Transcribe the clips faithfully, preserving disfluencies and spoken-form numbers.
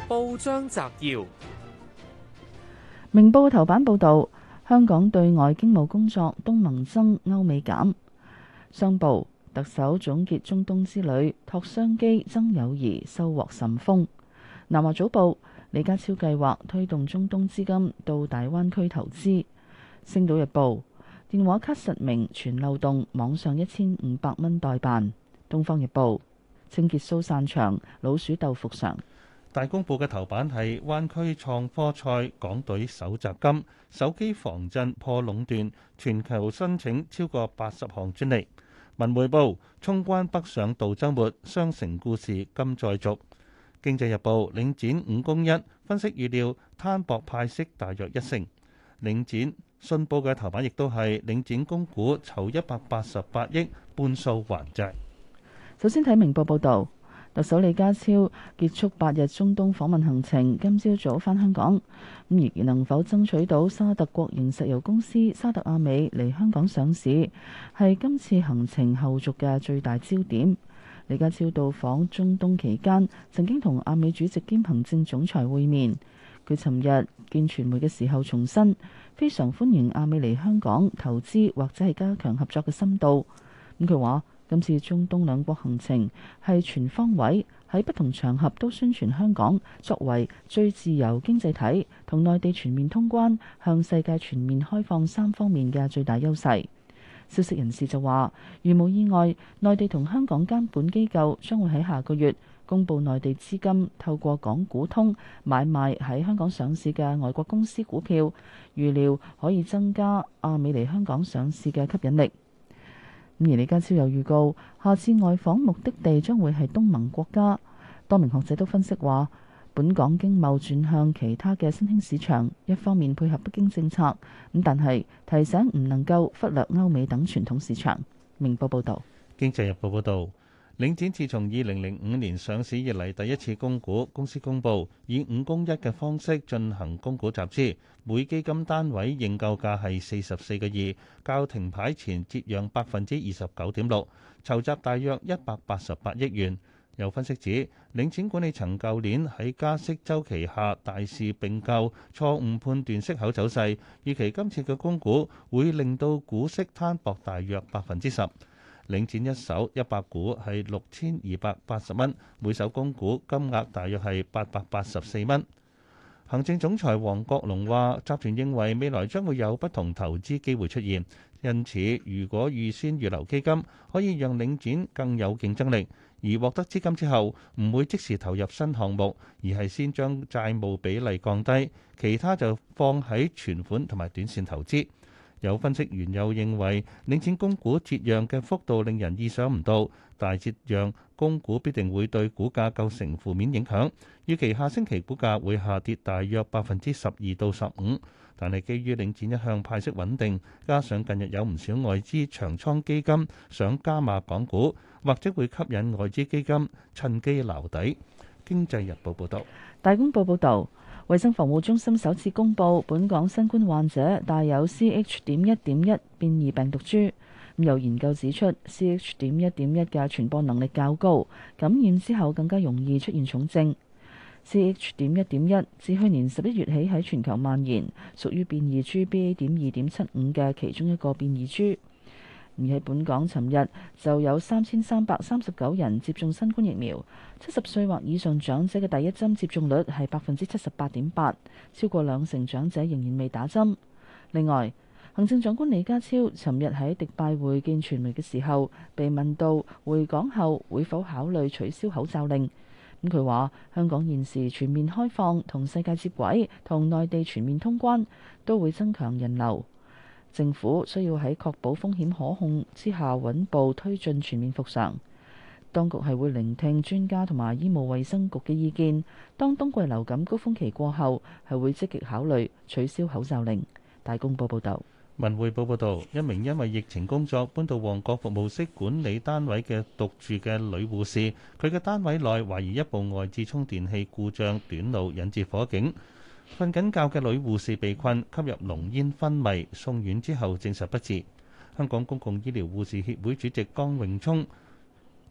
報章摘要： 明報頭版報導，香港對外經貿工作東盟增歐美減。商報特首總結中東之旅，拓商機增友誼，收穫甚豐。南華早報李家超計劃推動中東資金到大灣區投資。星島日報電話卡實名全漏洞，網上一千五百蚊代辦。東方日報清潔蘇散場，老鼠竇復常。 大公報嘅頭版係灣區創科賽港隊首摘金，手機防震破壟斷，全球申請超過八十項專利。文匯報衝關北上渡週末，雙城故事今再續。經濟日報領展五供一，分析預料攤薄派息大約一成。領展信報嘅頭版亦都係領展供股籌一百八十八億，半數還債。 首先睇明報報導。特首李家超結束八日中東訪問行程，今朝早返香港。咁而能否爭取到沙特國營石油公司沙特阿美嚟香港上市，係今次行程後續嘅最大焦點。李家超到訪中東期間，曾經同阿美主席兼行政總裁會面。佢尋日見傳媒嘅時候重申，非常歡迎阿美嚟香港投資或者係加強合作嘅深度。咁佢話，今次中東兩國行程係全方位，喺不同場合都宣傳香港作為最自由經濟體同內地全面通關、向世界全面開放三方面嘅最大優勢。消息人士就話，如無意外，內地同香港監管機構將會喺下個月公佈內地資金透過港股通買賣喺香港上市嘅外國公司股票，預料可以增加阿美嚟香港上市嘅吸引力。而李家超又預告，下次外訪目的地將會係東盟國家。多名學者都分析話，本港經貿轉向其他嘅新興市場，一方面配合北京政策，咁但係提醒唔能夠忽略歐美等傳統市場。明報報導， 《經濟日報》報導。領展自從二零零五年上市以嚟第一次供股，公司公佈以五供一嘅方式進行供股集資，每基金單位認購價係四十四個二，較停牌前折讓百分之二十九點六，籌集大約一百八十八億元。有分析指，領展管理層舊年喺加息週期下大肆並購，錯誤判斷息口走勢，預期今次嘅供股會令到股息攤薄大約百分之十。領展一手一百股係六千二百八十蚊，每手供股金額大約係八百八十四蚊。行政總裁黃國龍話：集團認為未來將會有不同投資機會出現，因此如果預先預留基金，可以讓領展更有競爭力。而獲得資金之後，唔會即時投入新項目，而係先將債務比例降低，其他就放喺存款同埋短線投資。有分析員又認為，領展供股折讓嘅幅度令人意想唔到，大折讓供股必定會對股價構成負面影響。預期下星期股價會下跌大約百分之十二到十五，但係基於領展一向派息穩定，加上近日有唔少外資長倉基金想加碼港股，或者會吸引外資基金趁機撈底。經濟日報報導， 大公報報導。衛生防護中心首次公布，本港新冠患者帶有 C H 點一點一 變異病毒株。咁有研究指出 ，C H 點一點一嘅傳播能力較高，感染之後更加容易出現重症。C H 點一點一自去年十一月起喺全球蔓延，屬於變異株 B A 點二點七五嘅其中一個變異株。而喺本港，尋日就有三千三百三十九人接種新冠疫苗，七十歲或以上長者嘅第一針接種率係百分之七十八點八，超過兩成長者仍然未打針。另外，行政長官李家超尋日喺迪拜會見傳媒嘅時候，被問到回港後會否考慮取消口罩令，咁佢話：香港現時全面開放，同世界接軌，同內地全面通關，都會增強人流。政府需要喺確保風險可控之下穩步推進全面復常。當局係會聆聽專家同埋醫務衛生局嘅意見。當冬季流感高峰期過後，係會積極考慮取消口罩令。大公報報導。 文匯報報導，一名因為疫情工作搬到旺角服務式管理單位嘅獨住嘅女護士，佢嘅單位內懷疑一部外置充電器故障短路，引致火警。瞓緊覺嘅女護士被困，吸入濃煙昏迷，送院之後證實不治。香港公共醫療護士協會主席江永聰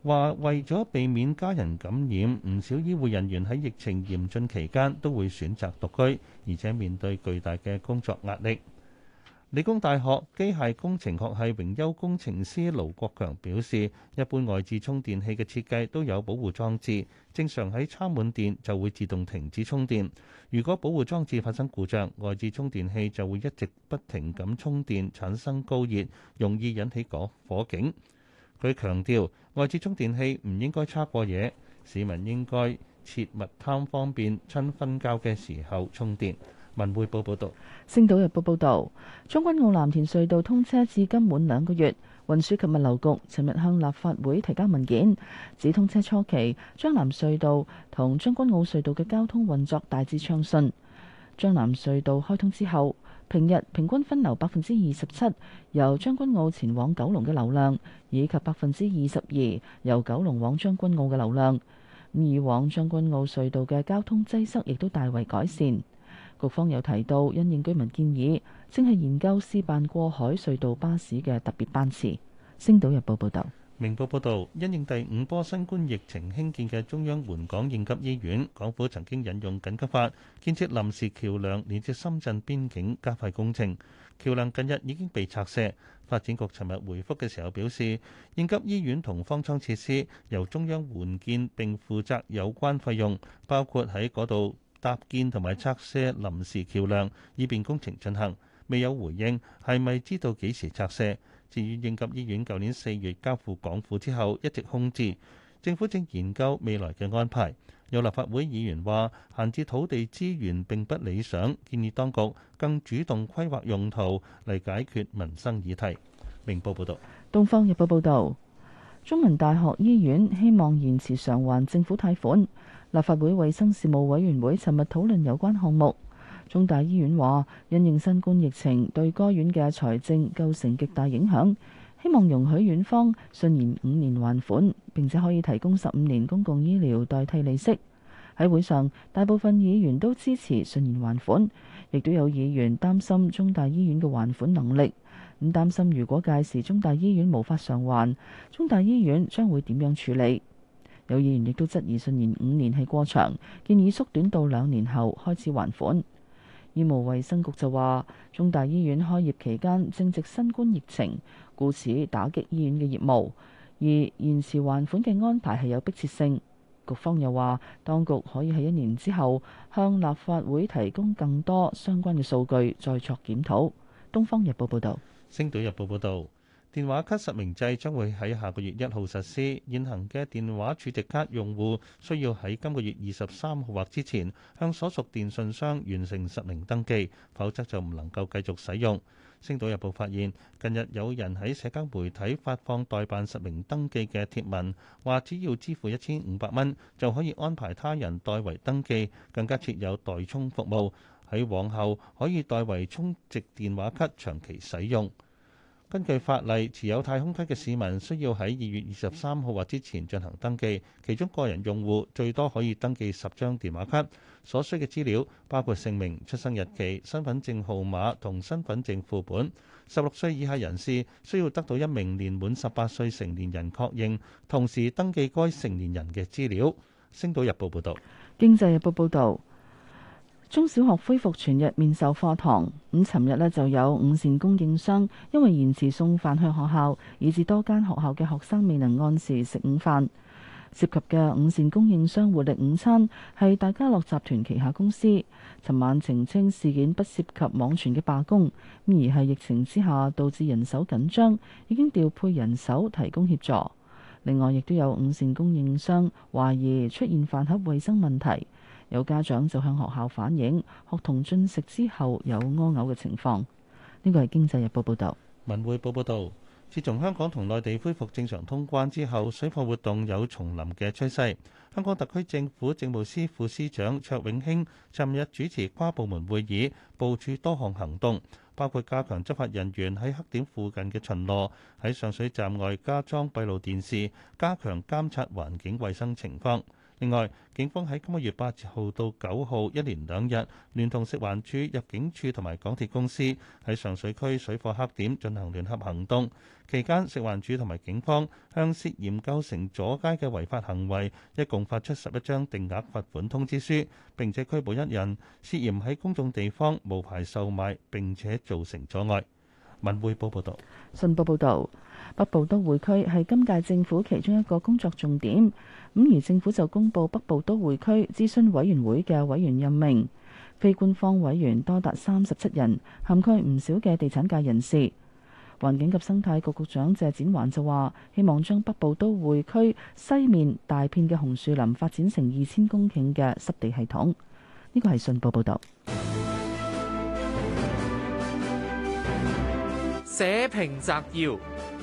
話為咗避免家人感染，唔少醫護人員喺疫情嚴峻期間都會選擇獨居，而且面對巨大嘅工作壓力。理工大學機械工程學系榮休工程師盧國強表示，一般外置充電器嘅設計都有保護裝置，正常喺插滿電就會自動停止充電。如果保護裝置發生故障，外置充電器就會一直不停咁充電，產生高熱，容易引起火火警。佢強調，外置充電器唔應該叉過夜，市民應該切勿貪方便，趁瞓覺嘅時候充電。文匯報報道。 星島日報報道，將軍澳藍田隧道通車至今滿兩個月，運輸及物流局尋日向立法會提交文件，指通車初期，將藍隧道同將軍澳隧道嘅交通運作大致暢順。將藍隧道開通之後，平日平均分流百分之二十七由將軍澳前往九龍嘅流量，以及百分之二十二由九龍往將軍澳嘅流量。以往將軍澳隧道嘅交通擠塞亦都大為改善。局方有提到，因應居民建議，正係研究試辦過海隧道巴士嘅特別班次。星島日報報道。 明報報導，因應第五波新冠疫情興建嘅中央援港應急醫院，港府曾經引用緊急法建設臨時橋梁連接深圳邊境，加快工程。橋梁近日已經被拆卸。發展局尋日回覆嘅時候表示，應急醫院同方艙設施由中央援建並負責有關費用，包括喺嗰度搭建同埋拆卸臨時橋梁，以便工程進行。未有回應係咪知道幾時拆卸。至於應急醫院舊年四月交付港府之後一直空置，政府正研究未來嘅安排。有立法會議員話，閒置土地資源並不理想，建議當局更主動規劃用途嚟解決民生議題。明報報道。 東方日報報道，中文大學醫院希望延遲償還政府貸款。立法會衛生事務委員會尋日討論有關項目。中大醫院話，因應新冠疫情對該院嘅財政構成極大影響，希望容許院方順延五年還款，並且可以提供十五年公共醫療代替利息。喺會上，大部分議員都支持順延還款，亦都有議員擔心中大醫院嘅還款能力，咁擔心如果屆時中大醫院無法償還，中大醫院將會點樣處理？有議員亦都質疑順延五年係過長，建議縮短到兩年後開始還款。醫務衛生局就話，中大醫院開業期間正值新冠疫情，故此打擊醫院嘅業務，而延遲還款嘅安排係有迫切性。局方又話，當局可以喺一年之後向立法會提供更多相關嘅數據，再作檢討。《東方日報》報道。 《星島日報》報導。電話卡實名制將會喺下個月一號實施，現行嘅電話儲值卡用戶需要喺今個月二十三號或之前向所屬電信商完成實名登記，否則就唔能夠繼續使用。星島日報發現，近日有人喺社交媒體發放代辦實名登記嘅貼文，話只要支付一千五百蚊就可以安排他人代為登記，更加設有代充服務，喺往後可以代為充值電話卡長期使用。根據法例，持有太空卡嘅市民需要喺二月二十三號或之前進行登記，其中個人用戶最多可以登記十張電話卡。所需嘅資料包括姓名、出生日期、身份證號碼同身份證副本。十六歲以下人士需要得到一名年滿十八歲成年人確認，同時登記該成年人嘅資料。星島日報報道。 經濟日報報導。中小學恢復全日面授課堂，咁尋日呢就有午膳供應商因為延遲送飯去學校，以致多間學校嘅學生未能按時食午飯。涉及嘅午膳供應商活力午餐係大家樂集團旗下公司，尋晚澄清事件不涉及網傳嘅罷工，而係疫情之下導致人手緊張，已經調配人手提供協助。另外，亦都有午膳供應商懷疑出現飯盒衛生問題。有家長就向學校反映，學童進食之後有屙嘔嘅情況。呢個係《經濟日報》報導。 文匯報報導，自從香港同內地恢復正常通關之後，水貨活動有重臨嘅趨勢。香港特區政府政務司副司長卓永興尋日主持跨部門會議，部署多項行動，包括加強執法人員喺黑點附近嘅巡邏，喺上水站外加裝閉路電視，加強監察環境衛生情況。 另外，警方喺今個月八號到九號一連兩日，聯同食環署、入境處同埋港鐵公司喺上水區水貨黑點進行聯合行動。期間，食環署同埋警方向涉嫌構成阻街嘅違法行為，一共發出十一張定額罰款通知書，並且拘捕一人涉嫌喺公眾地方無牌售賣並且造成阻礙。文匯報報道。 信報報導，北部都會區係今屆政府其中一個工作重點。咁而政府就公布北部都會區諮詢委員會嘅委員任命，非官方委員多達三十七人，涵蓋唔少嘅地產界人士。環境及生態局局長謝展寰就話，希望將北部都會區西面大片嘅紅樹林發展成二千公頃嘅濕地系統。呢個係信報報導。 社評摘要。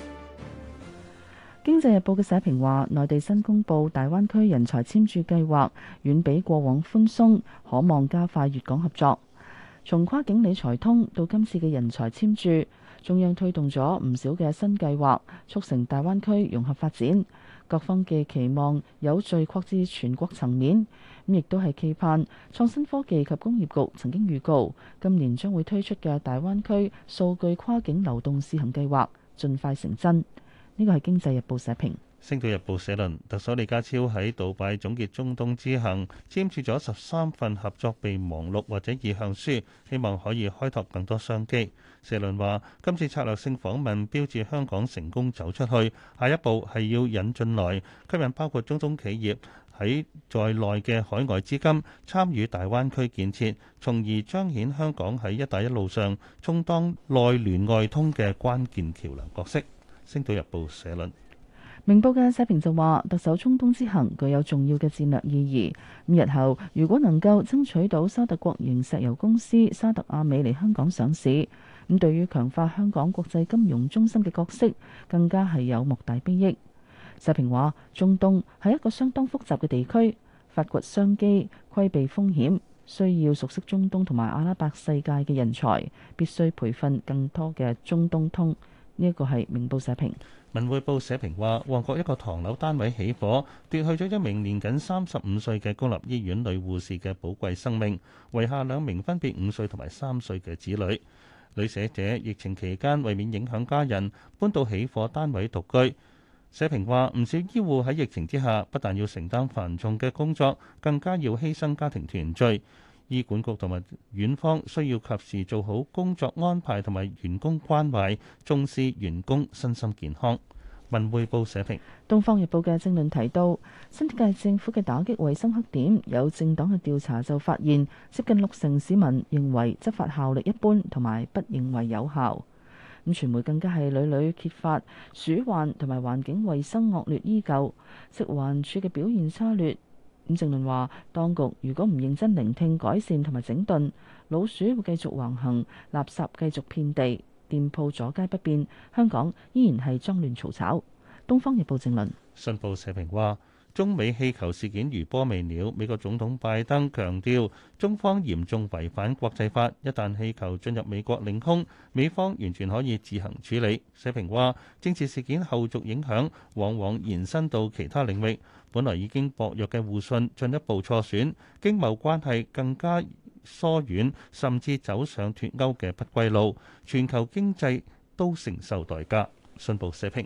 經濟日報嘅社評話，內地新公布大灣區人才簽注計劃，遠比過往寬鬆，可望加快粵港合作。從跨境理財通到今次嘅人才簽注，中央推動咗唔少嘅新計劃，促成大灣區融合發展。各方嘅期望有序擴至全國層面，咁亦都係期盼創新科技及工業局曾經預告，今年將會推出嘅大灣區數據跨境流動試行計劃，盡快成真。呢個係《經濟日報》社評，《 星島日報》社論：特首李家超喺杜拜總結中東之行，簽署咗十三份合作備忘錄或者意向書，希望可以開拓更多商機。社論話：今次策略性訪問標誌香港成功走出去，下一步係要引進來，吸引包括中東企業喺在，在內嘅海外資金參與大灣區建設，從而彰顯香港喺一帶一路上充當內聯外通嘅關鍵橋梁角色。星島日報社論。 明報嘅社評就話，特首中東之行具有重要嘅戰略意義。咁日後如果能夠爭取到沙特國營石油公司沙特阿美嚟香港上市，咁對於強化香港國際金融中心嘅角色，更加係有莫大裨益。社評話，中東係一個相當複雜嘅地區，發掘商機、規避風險，需要熟悉中東同埋阿拉伯世界嘅人才，必須培訓更多嘅中東通。呢一個係明報社評。 文匯報社評話，旺角一個唐樓單位起火，奪去咗一名年僅三十五歲嘅公立醫院女護士嘅寶貴生命，遺下兩名分別五歲同埋三歲嘅子女。女死者疫情期間為免影響家人，搬到起火單位獨居。社評話，唔少醫護喺疫情之下，不但要承擔繁重嘅工作，更加要犧牲家庭團聚。醫管局同埋院方需要及時做好工作安排同埋員工關懷，重視員工身心健康。文匯報社評。《 東方日報》嘅政論提到，新一屆政府嘅打擊衛生黑點，有政黨嘅調查就發現，接近六成市民認為執法效力一般，同埋不認為有效。咁傳媒更加係屢屢揭發鼠患同埋環境衛生惡劣依舊，食環署嘅表現差劣。咁政論話，當局如果唔認真聆聽、改善同埋整頓，老鼠會繼續橫行，垃圾繼續遍地，店鋪阻街不變，香港依然係髒亂嘈吵。《東方日報》政論。 信報社評話，中美氣球事件餘波未了，美國總統拜登強調，中方嚴重違反國際法，一旦氣球進入美國領空，美方完全可以自行處理。社評話，政治事件後續影響往往延伸到其他領域，本來已經薄弱嘅互信進一步挫損，經貿關係更加疏遠，甚至走上脫鈎嘅不歸路，全球經濟都承受代價。信報社評。